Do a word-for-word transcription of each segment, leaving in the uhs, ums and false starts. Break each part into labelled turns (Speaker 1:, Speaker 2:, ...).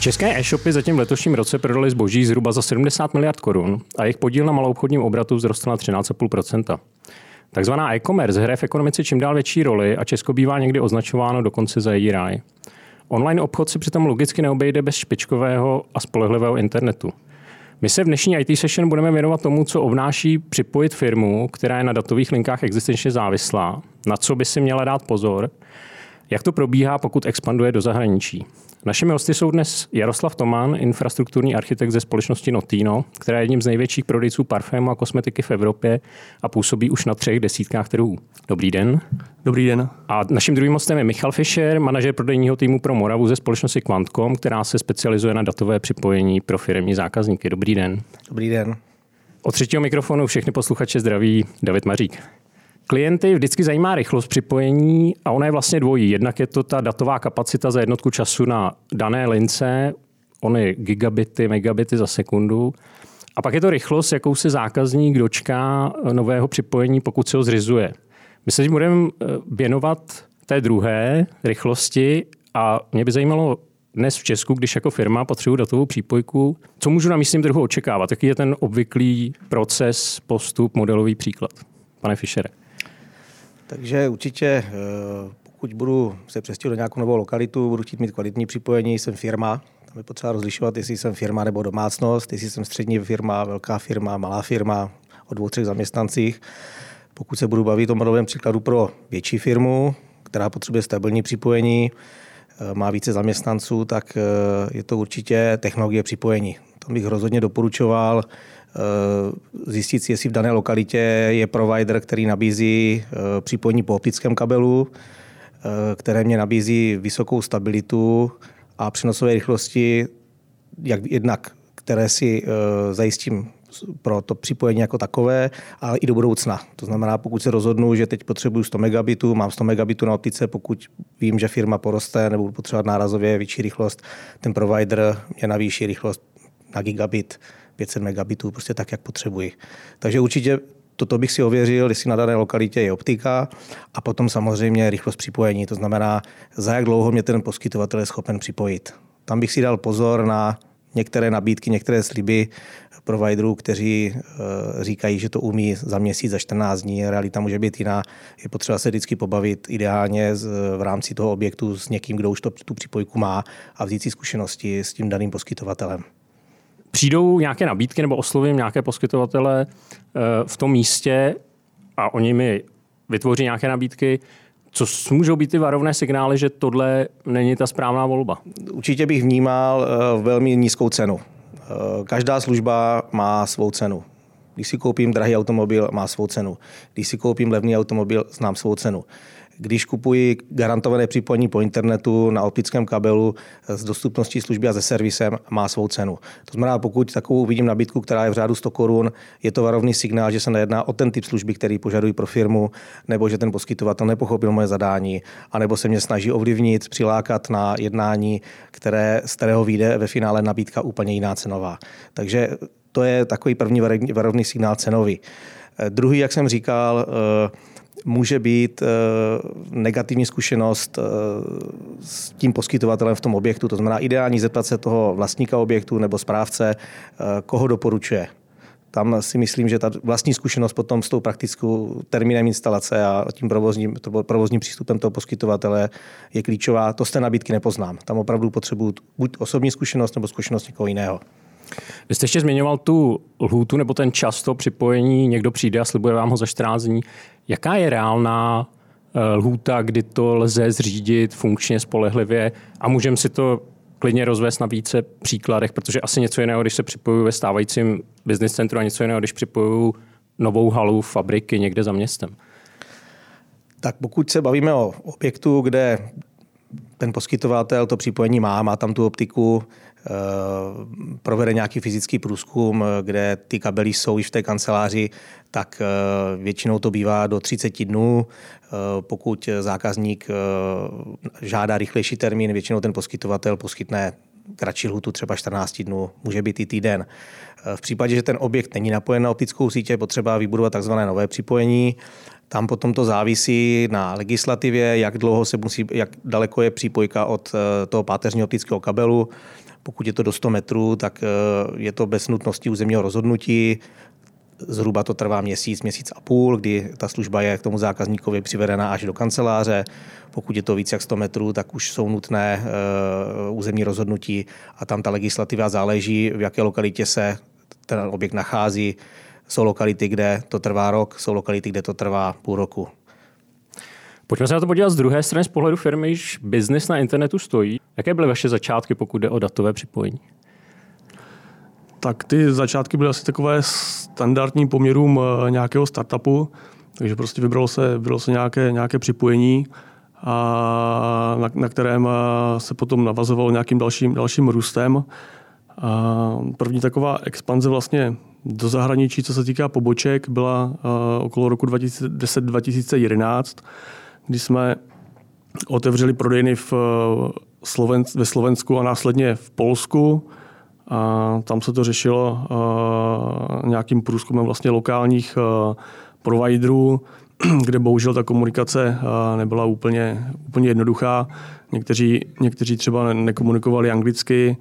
Speaker 1: České e-shopy zatím v letošním roce prodaly zboží zhruba za sedmdesát miliard korun a jejich podíl na maloobchodním obratu vzrostl na třináct celá pět procenta. Takzvaná e-commerce hraje v ekonomice čím dál větší roli a Česko bývá někdy označováno dokonce za její ráj. Online obchod si přitom logicky neobejde bez špičkového a spolehlivého internetu. My se v dnešní í té session budeme věnovat tomu, co obnáší připojit firmu, která je na datových linkách existenčně závislá, na co by si měla dát pozor, jak to probíhá, pokud expanduje do zahraničí. Našimi hosty jsou dnes Jaroslav Toman, infrastrukturní architekt ze společnosti Notino, která je jedním z největších prodejců parfému a kosmetiky v Evropě a působí už na třech desítkách trhů. Dobrý den.
Speaker 2: Dobrý den.
Speaker 1: A naším druhým hostem je Michal Fischer, manažer prodejního týmu pro Moravu ze společnosti Quantcom, která se specializuje na datové připojení pro firemní zákazníky. Dobrý den.
Speaker 3: Dobrý den.
Speaker 1: Od třetího mikrofonu všechny posluchače zdraví David Mařík. Klienty vždycky zajímá rychlost připojení a ona je vlastně dvojí. Jednak je to ta datová kapacita za jednotku času na dané lince, ony gigabity, megabity za sekundu. A pak je to rychlost, jakou se zákazník dočká nového připojení, pokud se ho zřizuje. My se budeme věnovat té druhé rychlosti a mě by zajímalo dnes v Česku, když jako firma potřebuji datovou přípojku, co můžu na místním trhu očekávat? Jaký je ten obvyklý proces, postup, modelový příklad? Pane Fischere.
Speaker 3: Takže určitě, pokud budu se přestěhovat do nějakou novou lokalitu, budu chtít mít kvalitní připojení, jsem firma. Tam je potřeba rozlišovat, jestli jsem firma nebo domácnost, jestli jsem střední firma, velká firma, malá firma o dvou, třech zaměstnancích. Pokud se budu bavit o modelovém příkladu pro větší firmu, která potřebuje stabilní připojení, má více zaměstnanců, tak je to určitě technologie připojení. Tam bych rozhodně doporučoval zjistit si, jestli v dané lokalitě je provider, který nabízí připojení po optickém kabelu, které mě nabízí vysokou stabilitu a přenosové rychlosti, jak jednak, které si zajistím pro to připojení jako takové, ale i do budoucna. To znamená, pokud se rozhodnu, že teď potřebuji sto megabitů, mám sto megabitů na optice, pokud vím, že firma poroste nebo budu potřebovat nárazově větší rychlost, ten provider mě navýší rychlost na gigabit, pět set megabitů, prostě tak, jak potřebuji. Takže určitě toto bych si ověřil, jestli na dané lokalitě je optika a potom samozřejmě rychlost připojení. To znamená, za jak dlouho mě ten poskytovatel je schopen připojit. Tam bych si dal pozor na některé nabídky, některé sliby providerů, kteří říkají, že to umí za měsíc, za čtrnáct dní. Realita může být jiná. Je potřeba se vždycky pobavit ideálně v rámci toho objektu s někým, kdo už to, tu připojku má a vzít si zkušenosti s tím daným poskytovatelem.
Speaker 1: Přijdou nějaké nabídky nebo oslovím nějaké poskytovatele v tom místě a oni mi vytvoří nějaké nabídky. Co můžou být ty varovné signály, že tohle není ta správná volba?
Speaker 3: Určitě bych vnímal velmi nízkou cenu. Každá služba má svou cenu. Když si koupím drahý automobil, má svou cenu. Když si koupím levný automobil, znám svou cenu. Když kupuji garantované připojení po internetu na optickém kabelu s dostupností služby a se servisem, má svou cenu. To znamená, pokud takovou uvidím nabídku, která je v řádu sto korun, je to varovný signál, že se nejedná o ten typ služby, který požadují pro firmu, nebo že ten poskytovatel nepochopil moje zadání, anebo se mě snaží ovlivnit, přilákat na jednání, které, z kterého vyjde ve finále nabídka úplně jiná cenová. Takže to je takový první varovný signál cenový. Druhý, jak jsem říkal, může být negativní zkušenost s tím poskytovatelem v tom objektu. To znamená ideální zeptat se toho vlastníka objektu nebo správce, koho doporučuje. Tam si myslím, že ta vlastní zkušenost potom s tou praktickou termínem instalace a tím provozním, provozním přístupem toho poskytovatele je klíčová. To z té nabídky nepoznám. Tam opravdu potřebuji buď osobní zkušenost nebo zkušenost někoho jiného.
Speaker 1: Vy jste ještě zmiňoval tu lhůtu nebo ten čas toho připojení. Někdo přijde a slibuje vám ho za čtrnáct dní. Jaká je reálná lhůta, kdy to lze zřídit funkčně, spolehlivě a můžeme si to klidně rozvést na více příkladech, protože asi něco jiného, když se připojuju ve stávajícím business centru a něco jiného, když připojuju novou halu fabriky někde za městem.
Speaker 3: Tak pokud se bavíme o objektu, kde ten poskytovatel to připojení má, má tam tu optiku, provede nějaký fyzický průzkum, kde ty kabely jsou již v té kanceláři, tak většinou to bývá do třicet dnů. Pokud zákazník žádá rychlejší termín, většinou ten poskytovatel poskytne kratší lhůtu třeba čtrnáct dnů, může být i týden. V případě, že ten objekt není napojen na optickou síť, je potřeba vybudovat takzvané nové připojení. Tam potom to závisí na legislativě, jak dlouho se musí, jak daleko je přípojka od toho páteřního optického kabelu. Pokud je to do sto metrů, tak je to bez nutnosti územního rozhodnutí. Zhruba to trvá měsíc, měsíc a půl, kdy ta služba je k tomu zákazníkovi přivedena až do kanceláře. Pokud je to víc jak sto metrů, tak už jsou nutné uh, územní rozhodnutí a tam ta legislativa záleží, v jaké lokalitě se ten objekt nachází. Jsou lokality, kde to trvá rok, jsou lokality, kde to trvá půl roku.
Speaker 1: Pojďme se na to podívat z druhé strany, z pohledu firmy, již biznis na internetu stojí. Jaké byly vaše začátky, pokud jde o datové připojení?
Speaker 2: Tak ty začátky byly asi takové standardní poměrům nějakého startupu, takže prostě vybralo se, vybralo se nějaké, nějaké připojení, a na, na kterém se potom navazovalo nějakým dalším, dalším růstem. A první taková expanze vlastně do zahraničí, co se týká poboček, byla uh, okolo roku dva tisíce deset dva tisíce jedenáct, kdy jsme otevřeli prodejny v, Sloven, ve Slovensku a následně v Polsku. A tam se to řešilo uh, nějakým průzkumem vlastně lokálních uh, providerů, kde bohužel ta komunikace uh, nebyla úplně, úplně jednoduchá. Někteří, někteří třeba nekomunikovali anglicky,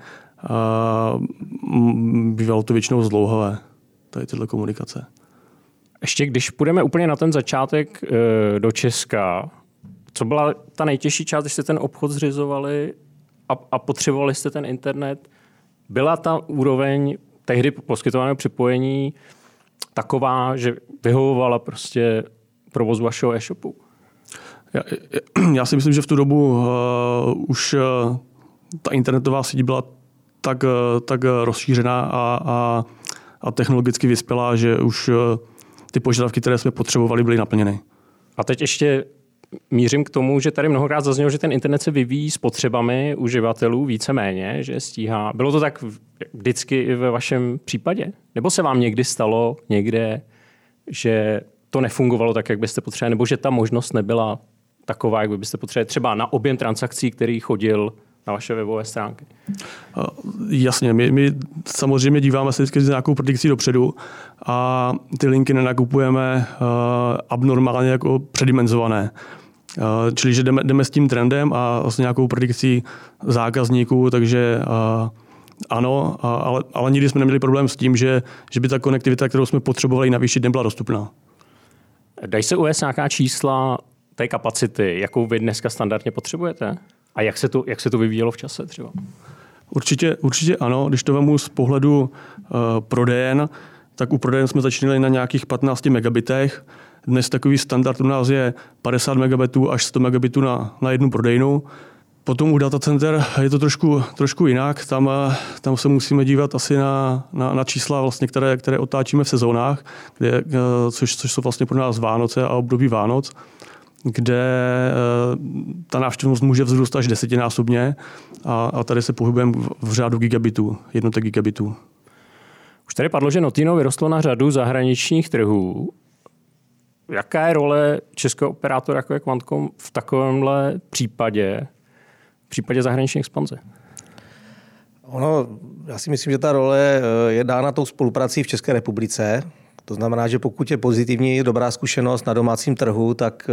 Speaker 2: uh, bývalo to většinou zdlouhavé, tady tyhle komunikace.
Speaker 1: Ještě když půjdeme úplně na ten začátek uh, do Česka, co byla ta nejtěžší část, když jste ten obchod zřizovali a, a potřebovali jste ten internet? Byla ta úroveň tehdy poskytovaného připojení taková, že vyhovovala prostě provozu vašeho e-shopu?
Speaker 2: Já, já si myslím, že v tu dobu uh, už uh, ta internetová síť byla tak, uh, tak rozšířená a, a, a technologicky vyspělá, že už uh, ty požadavky, které jsme potřebovali, byly naplněny.
Speaker 1: A teď ještě mířím k tomu, že tady mnohokrát zaznělo, že ten internet se vyvíjí s potřebami uživatelů víceméně, že stíhá. Bylo to tak vždycky i ve vašem případě? Nebo se vám někdy stalo někde, že to nefungovalo tak, jak byste potřebovali, nebo že ta možnost nebyla taková, jak byste potřebovali, třeba na objem transakcí, který chodil na vaše webové stránky?
Speaker 2: Jasně, my, my samozřejmě díváme se vždycky s nějakou predikcí dopředu a ty linky nenakupujeme uh, abnormálně jako předimenzované. Uh, čili, že jdeme, jdeme s tím trendem a s nějakou predikcí zákazníků, takže uh, ano, uh, ale, ale nikdy jsme neměli problém s tím, že, že by ta konektivita, kterou jsme potřebovali navýšit, nebyla dostupná.
Speaker 1: Dají se uvést nějaká čísla té kapacity, jakou vy dneska standardně potřebujete? A jak se to, jak se to vyvíjelo v čase třeba?
Speaker 2: Určitě, určitě ano. Když to vemu z pohledu uh, prodejen, tak u prodejen jsme začínali na nějakých patnácti megabitech. Dnes takový standard u nás je padesát megabitů až sto megabitů na, na jednu prodejnu. Potom u datacenter je to trošku, trošku jinak. Tam, tam se musíme dívat asi na, na, na čísla, vlastně, které, které otáčíme v sezónách, kde, což, což jsou vlastně pro nás Vánoce a období Vánoc, kde ta návštěvnost může vzrůst až desetinásobně a, a tady se pohybujeme v řádu gigabitů, jednotek gigabitů.
Speaker 1: Už tady padlo, že Notino vyrostlo na řadu zahraničních trhů. Jaká je role českého operátora jako je Quantcom v takovémhle případě, v případě zahraniční expanze?
Speaker 3: Ono, já si myslím, že ta role je dána tou spoluprací v České republice. To znamená, že pokud je pozitivní, dobrá zkušenost na domácím trhu, tak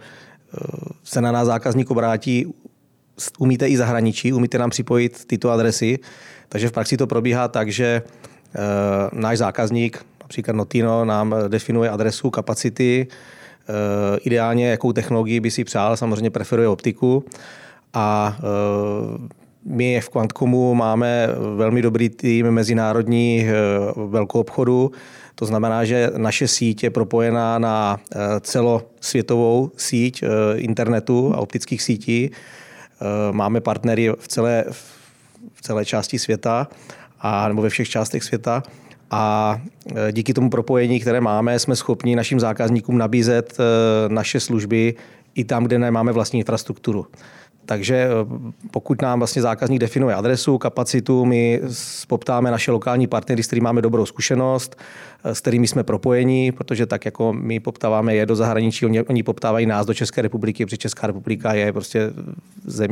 Speaker 3: se na nás zákazník obrátí. Umíte i zahraničí, umíte nám připojit tyto adresy. Takže v praxi to probíhá tak, že náš zákazník, například Notino, nám definuje adresu, kapacity, ideálně jakou technologii by si přál, samozřejmě preferuje optiku. A my v Quantcomu máme velmi dobrý tým mezinárodní velkoobchodu. To znamená, že naše síť je propojená na celosvětovou síť internetu a optických sítí. Máme partnery v celé, v celé části světa a, nebo ve všech částech světa. A díky tomu propojení, které máme, jsme schopni našim zákazníkům nabízet naše služby i tam, kde nemáme vlastní infrastrukturu. Takže pokud nám vlastně zákazník definuje adresu, kapacitu, my poptáme naše lokální partnery, s kterými máme dobrou zkušenost, s kterými jsme propojeni, protože tak jako my poptáváme je do zahraničí, oni, oni poptávají nás do České republiky, protože Česká republika je prostě země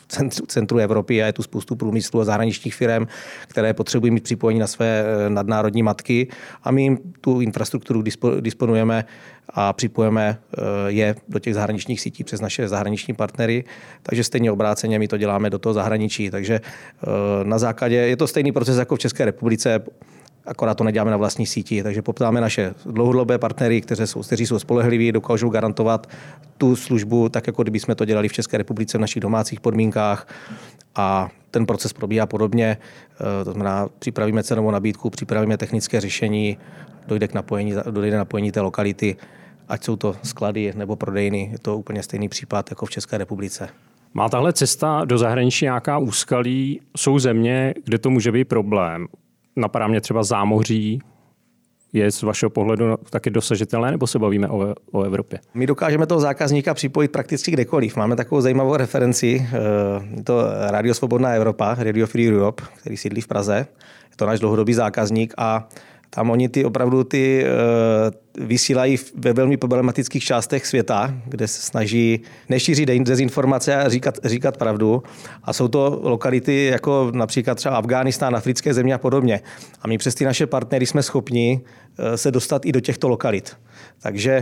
Speaker 3: centru, centru Evropy a je tu spoustu průmyslu a zahraničních firm, které potřebují mít připojení na své nadnárodní matky a my jim tu infrastrukturu disponujeme a připojeme je do těch zahraničních sítí přes naše zahraniční partnery, takže stejně obráceně my to děláme do toho zahraničí. Takže na základě, je to stejný proces jako v České republice, akorát to neděláme na vlastní síti, takže poptáme naše dlouhodobé partnery, kteří jsou, kteří jsou spolehliví, dokážou garantovat tu službu, tak jako kdyby jsme to dělali v České republice v našich domácích podmínkách a ten proces probíhá podobně. To znamená, připravíme cenovou nabídku, připravíme technické řešení, dojde k napojení, dojde napojení té lokality, ať jsou to sklady nebo prodejny, je to úplně stejný případ jako v České republice.
Speaker 1: Má tahle cesta do zahraničí nějaká úskalí? Jsou země, kde to může být problém? Napadá mě třeba zámoří. Je z vašeho pohledu taky dosažitelné, nebo se bavíme o, o Evropě?
Speaker 3: My dokážeme toho zákazníka připojit prakticky kdekoliv. Máme takovou zajímavou referenci. Je to Radio Svobodná Evropa, Radio Free Europe, který sídlí v Praze. Je to náš dlouhodobý zákazník a tam oni ty opravdu ty vysílají ve velmi problematických částech světa, kde se snaží nešířit dezinformace a říkat, říkat pravdu. A jsou to lokality jako například třeba Afghánistán, africké země a podobně. A my přes ty naše partnery jsme schopni se dostat i do těchto lokalit. Takže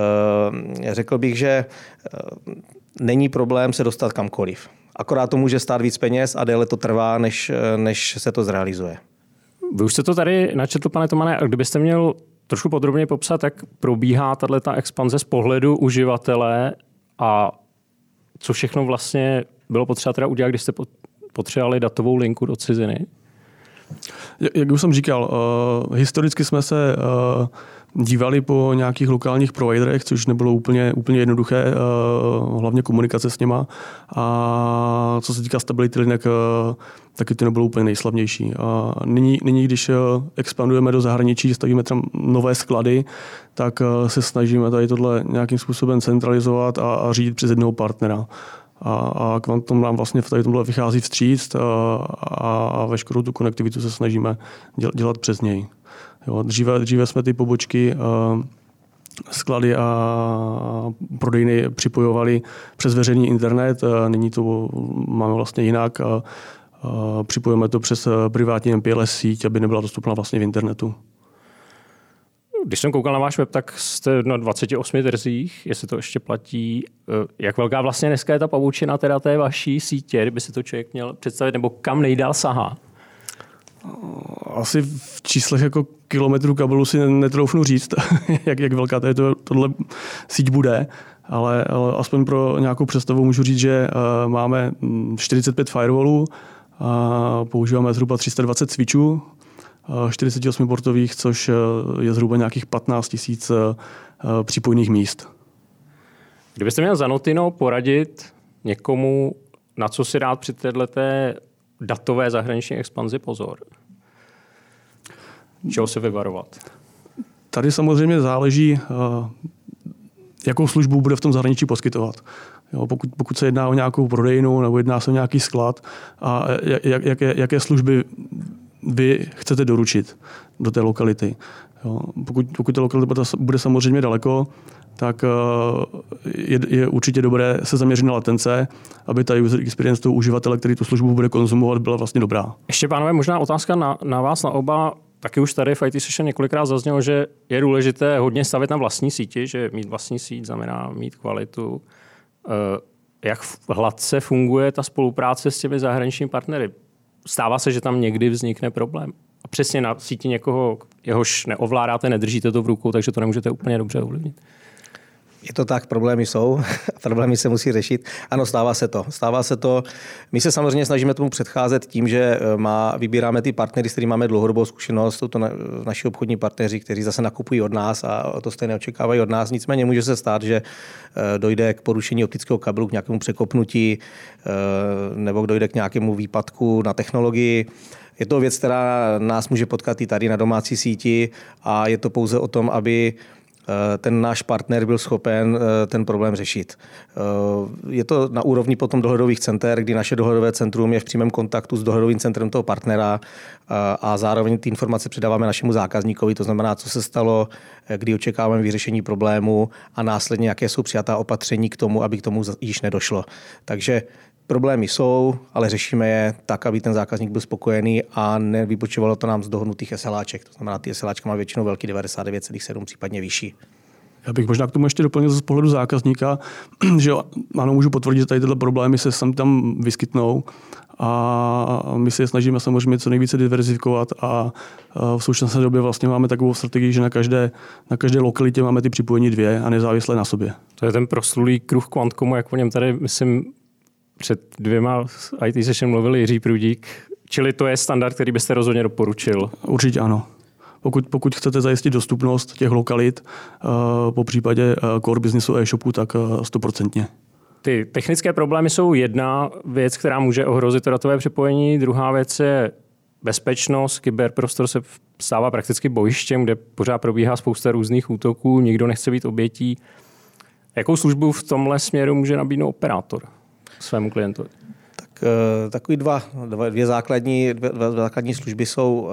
Speaker 3: řekl bych, že není problém se dostat kamkoliv. Akorát to může stát víc peněz a déle to trvá, než, než se to zrealizuje.
Speaker 1: Vy už jste to tady načetl, pane Tomane, a kdybyste měl trošku podrobněji popsat, jak probíhá tato expanze z pohledu uživatele a co všechno vlastně bylo potřeba teda udělat, když jste potřebovali datovou linku do ciziny?
Speaker 2: Jak už jsem říkal, uh, historicky jsme se uh, dívali po nějakých lokálních providerech, což nebylo úplně, úplně jednoduché, uh, hlavně komunikace s něma. A co se týká stability linek, uh, taky to nebylo úplně nejslavnější. Uh, nyní, nyní, když uh, expandujeme do zahraničí, stavíme tam nové sklady, tak uh, se snažíme tady tohle nějakým způsobem centralizovat a, a řídit přes jednoho partnera. A, a Quantum nám vlastně v tady tomhle vychází vstříc a, a, a veškerou tu konektivitu se snažíme děl, dělat přes něj. Jo, dříve, dříve jsme ty pobočky, uh, sklady a prodejny připojovali přes veřejný internet, a nyní to máme vlastně jinak a, a připojujeme to přes privátní M P L S síť, aby nebyla dostupná vlastně v internetu.
Speaker 1: Když jsem koukal na váš web, tak jste na dvaceti osmi trzích, jestli to ještě platí. Jak velká vlastně dneska je ta pavučina teda té vaší sítě, kdyby si to člověk měl představit, nebo kam nejdál sahá?
Speaker 2: Asi v číslech jako kilometrů kabelu si netroufnu říct, jak, jak velká to je to, tohle síť bude, ale, ale aspoň pro nějakou představu můžu říct, že uh, máme čtyřicet pět firewallů, a používáme zhruba tři sta dvacet switchů, čtyřicet osm portových, což je zhruba nějakých patnáct tisíc přípojných míst.
Speaker 1: Kdybyste měl za Notino poradit někomu, na co si dát při této datové zahraniční expanzi pozor? Čeho se vyvarovat?
Speaker 2: Tady samozřejmě záleží, jakou službu bude v tom zahraničí poskytovat. Jo, pokud, pokud se jedná o nějakou prodejnu nebo jedná se o nějaký sklad a jak, jaké, jaké služby vy chcete doručit do té lokality. Jo, pokud, pokud ta lokalita bude samozřejmě daleko, tak je, je určitě dobré se zaměřit na latence, aby ta user experience toho uživatele, který tu službu bude konzumovat, byla vlastně dobrá.
Speaker 1: Ještě, pánové, možná otázka na, na vás, na oba. Taky už tady v í té Session několikrát zaznělo, že je důležité hodně stavit na vlastní síti, že mít vlastní síť znamená mít kvalitu. Jak hladce funguje ta spolupráce s těmi zahraničními partnery? Stává se, že tam někdy vznikne problém. A přesně na síti někoho, jehož neovládáte, nedržíte to v rukou, takže to nemůžete úplně dobře ovlivnit.
Speaker 3: Je to tak, problémy jsou, problémy se musí řešit. Ano, stává se to. Stává se to. My se samozřejmě snažíme tomu předcházet tím, že má, vybíráme ty partnery, s kterými máme dlouhodobou zkušenost. Jsou to na, naši obchodní partneři, kteří zase nakupují od nás a to stejně očekávají od nás. Nicméně může se stát, že dojde k porušení optického kabelu, k nějakému překopnutí nebo dojde k nějakému výpadku na technologii. Je to věc, která nás může potkat i tady na domácí síti a je to pouze o tom, aby ten náš partner byl schopen ten problém řešit. Je to na úrovni potom dohledových center, kdy naše dohledové centrum je v přímém kontaktu s dohledovým centrem toho partnera a zároveň ty informace předáváme našemu zákazníkovi, to znamená, co se stalo, kdy očekáváme vyřešení problému a následně, jaké jsou přijatá opatření k tomu, aby k tomu již nedošlo. Takže Problémy jsou, ale řešíme je tak, aby ten zákazník byl spokojený a nevypočovalo to nám z dohodnutých SLáček. To znamená, ty SLáčka má většinou velký devadesát devět celá sedm, případně vyšší.
Speaker 2: Já bych možná k tomu ještě doplnil z pohledu zákazníka, že ano, můžu potvrdit, že tady tyhle problémy se sem tam vyskytnou a my se je snažíme samozřejmě co nejvíce diverzifikovat a v současné době vlastně máme takovou strategii, že na každé, na každé lokalitě máme ty připojení dvě a nezávislé na sobě.
Speaker 1: To je ten proslulý kruh Quantcomu, jak o něm tady, myslím, před dvěma í té session mluvil Jiří Prudík. Čili to je standard, který byste rozhodně doporučil?
Speaker 2: Určitě ano. Pokud, pokud chcete zajistit dostupnost těch lokalit, uh, po případě uh, core businessu e-shopu, tak stoprocentně. Uh,
Speaker 1: Ty technické problémy jsou jedna věc, která může ohrozit to datové připojení. Druhá věc je bezpečnost. Kyberprostor se stává prakticky bojištěm, kde pořád probíhá spousta různých útoků, nikdo nechce být obětí. Jakou službu v tomhle směru může nabídnout operátor svému klientovi?
Speaker 3: Takový dva, dvě, základní, dvě, dvě základní služby jsou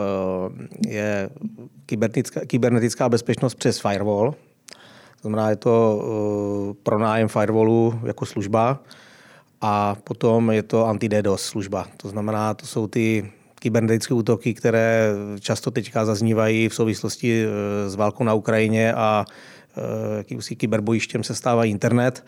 Speaker 3: je kybernetická, kybernetická bezpečnost přes firewall. To znamená, je to pronájem firewallu jako služba a potom je to anti-DDoS služba. To znamená, to jsou ty kybernetické útoky, které často teďka zaznívají v souvislosti s válkou na Ukrajině a jakýmsi kyberbojištěm se stává internet.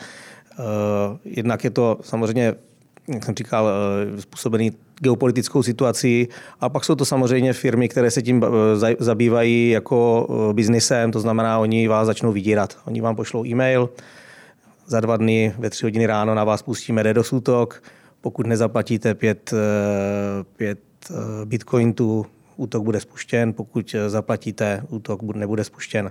Speaker 3: Jednak je to samozřejmě, jak jsem říkal, způsobený geopolitickou situací. A pak jsou to samozřejmě firmy, které se tím zabývají jako biznisem, to znamená, oni vás začnou vydírat. Oni vám pošlou e-mail, za dva dny ve tři hodiny ráno na vás pustíme DDoS útok. Pokud nezaplatíte pět, pět bitcointů, útok bude spuštěn. Pokud zaplatíte, útok nebude spuštěn.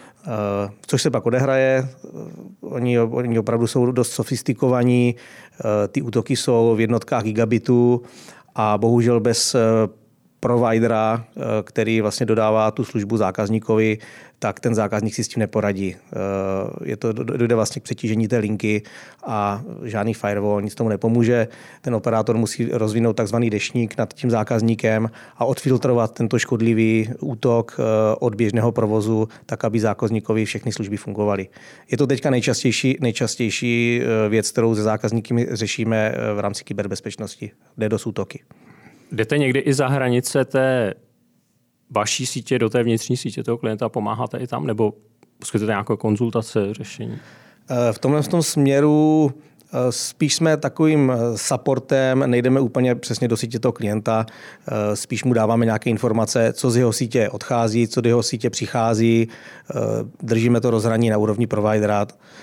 Speaker 3: Což se pak odehraje. Oni, oni opravdu jsou dost sofistikovaní, ty útoky jsou v jednotkách gigabitů a bohužel bez providera, který vlastně dodává tu službu zákazníkovi, tak ten zákazník si s tím neporadí. Je to, dojde vlastně k přetížení té linky a žádný firewall nic tomu nepomůže. Ten operátor musí rozvinout takzvaný deštník nad tím zákazníkem a odfiltrovat tento škodlivý útok od běžného provozu, tak aby zákazníkovi všechny služby fungovaly. Je to teďka nejčastější, nejčastější věc, kterou se zákazníky řešíme v rámci kyberbezpečnosti, DDoS útoky.
Speaker 1: Jdete někdy i za hranice té vaší sítě do té vnitřní sítě toho klienta, pomáháte i tam, nebo poskytujete nějaké konzultace, řešení?
Speaker 3: V tomhle v tom směru spíš jsme takovým supportem, nejdeme úplně přesně do sítě toho klienta, spíš mu dáváme nějaké informace, co z jeho sítě odchází, co do jeho sítě přichází, držíme to rozhraní na úrovni providera,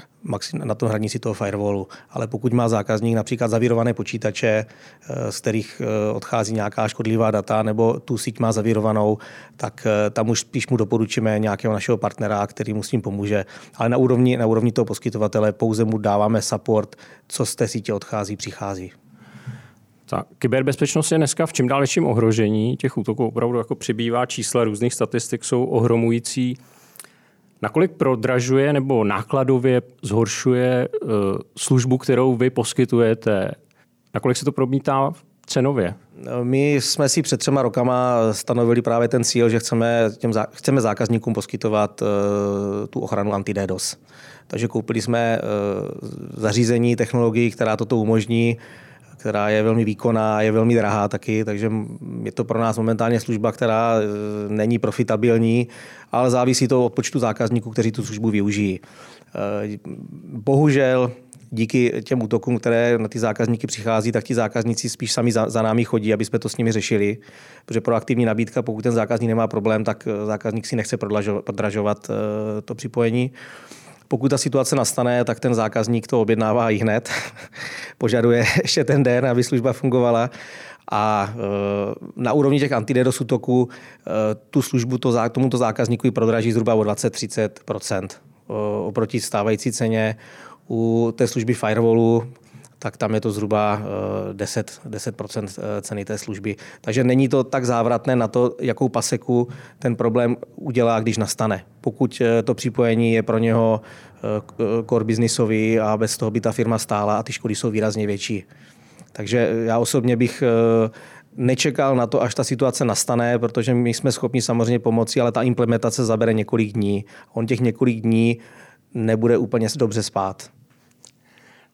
Speaker 3: na tom hranici toho firewallu. Ale pokud má zákazník například zavírované počítače, z kterých odchází nějaká škodlivá data, nebo tu síť má zavírovanou, tak tam už spíš mu doporučíme nějakého našeho partnera, který mu s tím pomůže. Ale na úrovni, na úrovni toho poskytovatele pouze mu dáváme support, co z té sítě odchází, přichází.
Speaker 1: Ta kyberbezpečnost je dneska v čím dál větším ohrožení. Těch útoků opravdu jako přibývá, čísla různých statistik jsou ohromující. Nakolik prodražuje nebo nákladově zhoršuje uh, službu, kterou vy poskytujete? Nakolik se to promítá cenově?
Speaker 3: My jsme si před třema rokama stanovili právě ten cíl, že chceme, těm zá, chceme zákazníkům poskytovat uh, tu ochranu anti-DDoS. Takže koupili jsme uh, zařízení, technologii, která toto umožní, která je velmi výkonná, je velmi drahá taky, takže je to pro nás momentálně služba, která není profitabilní, ale závisí to od počtu zákazníků, kteří tu službu využijí. Bohužel díky těm útokům, které na ty zákazníky přichází, tak ti zákazníci spíš sami za, za námi chodí, aby jsme to s nimi řešili, protože proaktivní nabídka, pokud ten zákazník nemá problém, tak zákazník si nechce prodražovat to připojení. Pokud ta situace nastane, tak ten zákazník to objednává i hned. Požaduje ještě ten den, aby služba fungovala. A na úrovni těch anti-DDoS útoků tu službu to, tomuto zákazníku prodraží zhruba o dvacet až třicet procent oproti stávající ceně. U té služby firewallu tak tam je to zhruba deset procent ceny té služby. Takže není to tak závratné na to, jakou paseku ten problém udělá, když nastane. Pokud to připojení je pro něho core businessový a bez toho by ta firma stála a ty škody jsou výrazně větší. Takže já osobně bych nečekal na to, až ta situace nastane, protože my jsme schopni samozřejmě pomoci, ale ta implementace zabere několik dní. On těch několik dní nebude úplně dobře spát.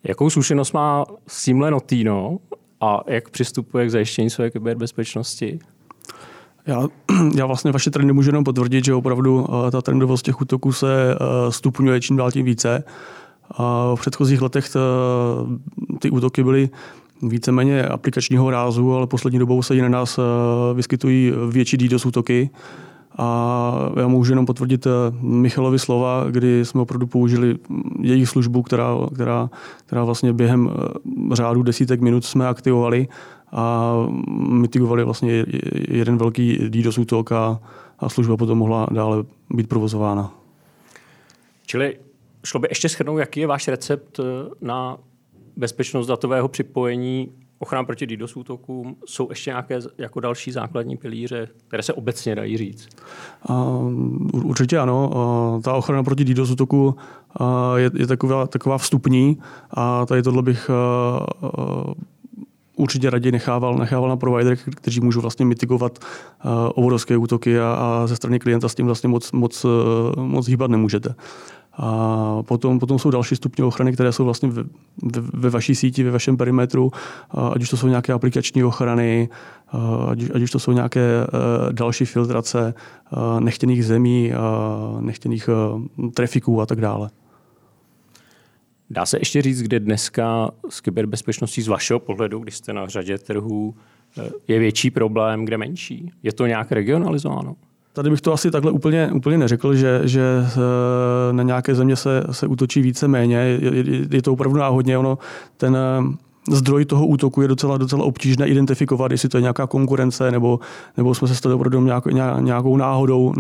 Speaker 1: Jakou zkušenost má s tímhle Notino a jak přistupuje k zajištění své kyberbezpečnosti?
Speaker 2: Já, já vlastně vaše trendy můžu jenom potvrdit, že opravdu ta trendovost těch útoků se stupňuje čím dál tím více. A v předchozích letech ta, ty útoky byly víceméně aplikačního rázu, ale poslední dobou se i na nás vyskytují větší DDoS útoky. A já můžu jenom potvrdit Michalovi slova, kdy jsme opravdu použili jejich službu, která, která, která vlastně během řádu desítek minut jsme aktivovali a mitigovali vlastně jeden velký DDoS útok a, a služba potom mohla dále být provozována.
Speaker 1: Čili šlo by ještě shrnout, jaký je váš recept na bezpečnost datového připojení, ochrana proti DDoS útokům? Jsou ještě nějaké jako další základní pilíře, které se obecně dají říct?
Speaker 2: Uh, určitě ano. Uh, ta ochrana proti DDoS útoku uh, je, je taková, taková vstupní a tady tohle bych uh, uh, určitě raději nechával, nechával na providerech, kteří můžou vlastně mitigovat uh, obrovské útoky a, a ze strany klienta s tím vlastně moc, moc, uh, moc hýbat nemůžete. A potom, potom jsou další stupně ochrany, které jsou vlastně ve, ve, ve vaší síti, ve vašem perimetru, ať už to jsou nějaké aplikační ochrany, ať, ať už to jsou nějaké uh, další filtrace uh, nechtěných zemí, uh, nechtěných uh, trafiků a tak dále.
Speaker 1: Dá se ještě říct, kde dneska s kyberbezpečností z vašeho pohledu, když jste na řadě trhů, je větší problém, kde menší? Je to nějak regionalizováno?
Speaker 2: Tady bych to asi takhle úplně, úplně neřekl, že, že na nějaké země se, se útočí více méně. Je, je to opravdu náhodně. Ono, ten zdroj toho útoku je docela, docela obtížné identifikovat, jestli to je nějaká konkurence, nebo, nebo jsme se stali opravdu nějakou, nějakou náhodou,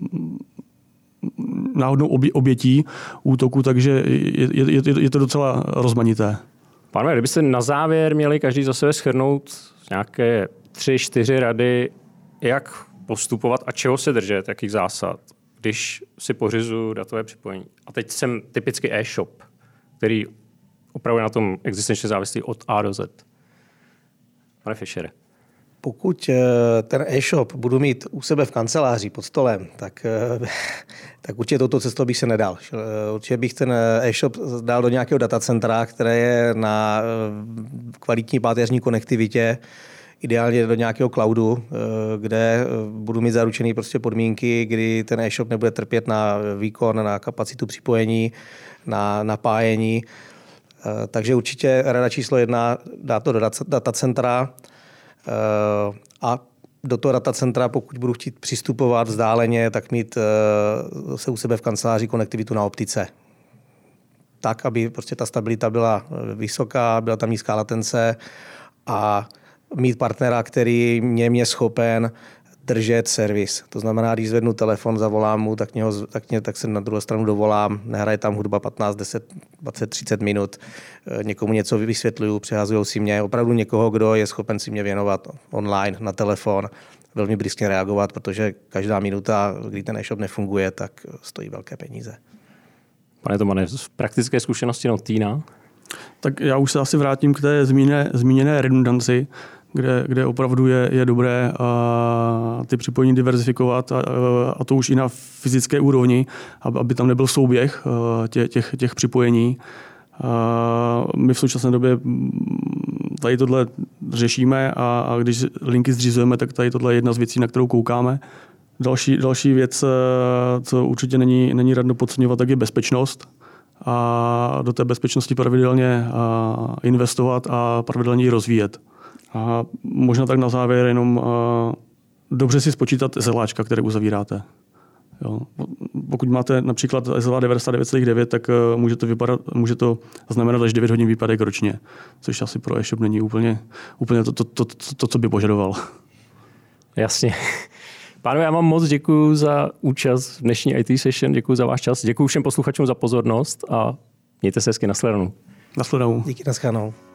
Speaker 2: náhodnou obětí útoku, takže je, je, je to docela rozmanité.
Speaker 1: Pánové, kdybyste na závěr měli každý za sebe shrnout nějaké tři, čtyři rady, jak postupovat a čeho se držet, jakých zásad, když si pořizuju datové připojení. A teď jsem typicky e-shop, který opravdu na tom existenčně závislí od A do Z. Pane Fischere.
Speaker 3: Pokud ten e-shop budu mít u sebe v kanceláři pod stolem, tak, tak určitě touto cestou bych se nedal. Určitě bych ten e-shop dal do nějakého datacentra, které je na kvalitní páteřní konektivitě, ideálně do nějakého cloudu, kde budu mít zaručený prostě podmínky, kdy ten e-shop nebude trpět na výkon, na kapacitu připojení, na napájení. Takže určitě rada číslo jedna, dát to do datacentra a do toho datacentra, pokud budu chtít přistupovat vzdáleně, tak mít se u sebe v kanceláři konektivitu na optice. Tak, aby prostě ta stabilita byla vysoká, byla tam nízká latence a mít partnera, který mě mě schopen držet servis. To znamená, když zvednu telefon, zavolám mu, tak, něho, tak, mě, tak se na druhou stranu dovolám. Nehraje tam hudba patnáct, deset, dvacet, třicet minut. Někomu něco vysvětluju, přehazují si mě. Opravdu někoho, kdo je schopen si mě věnovat online, na telefon, velmi bryskně reagovat, protože každá minuta, kdy ten e-shop nefunguje, tak stojí velké peníze.
Speaker 1: Pane Tomane, z praktické zkušenosti Notina?
Speaker 2: Tak já už se asi vrátím k té zmíněné, zmíněné redundanci, kde, kde opravdu je, je dobré a, ty připojení diverzifikovat a, a to už i na fyzické úrovni, aby tam nebyl souběh tě, těch, těch připojení. A my v současné době tady tohle řešíme a, a když linky zřizujeme, tak tady tohle je jedna z věcí, na kterou koukáme. Další, další věc, co určitě není, není radno podceňovat, tak je bezpečnost. A do té bezpečnosti pravidelně investovat a pravidelně ji rozvíjet. A možná tak na závěr jenom dobře si spočítat es el áčka, které uzavíráte. Jo. Pokud máte například es el á devadesát devět celá devět, tak může to, vypadat, může to znamenat až devět hodin výpadek ročně, což asi pro e-shop není úplně, úplně to, to, to, to, to, co by požadoval.
Speaker 1: Jasně. Pánové, já vám moc děkuji za účast v dnešní í té session, děkuji za váš čas, děkuji všem posluchačům za pozornost a mějte se hezky, nashledanou.
Speaker 2: Nashledanou.
Speaker 3: Díky, nashledanou.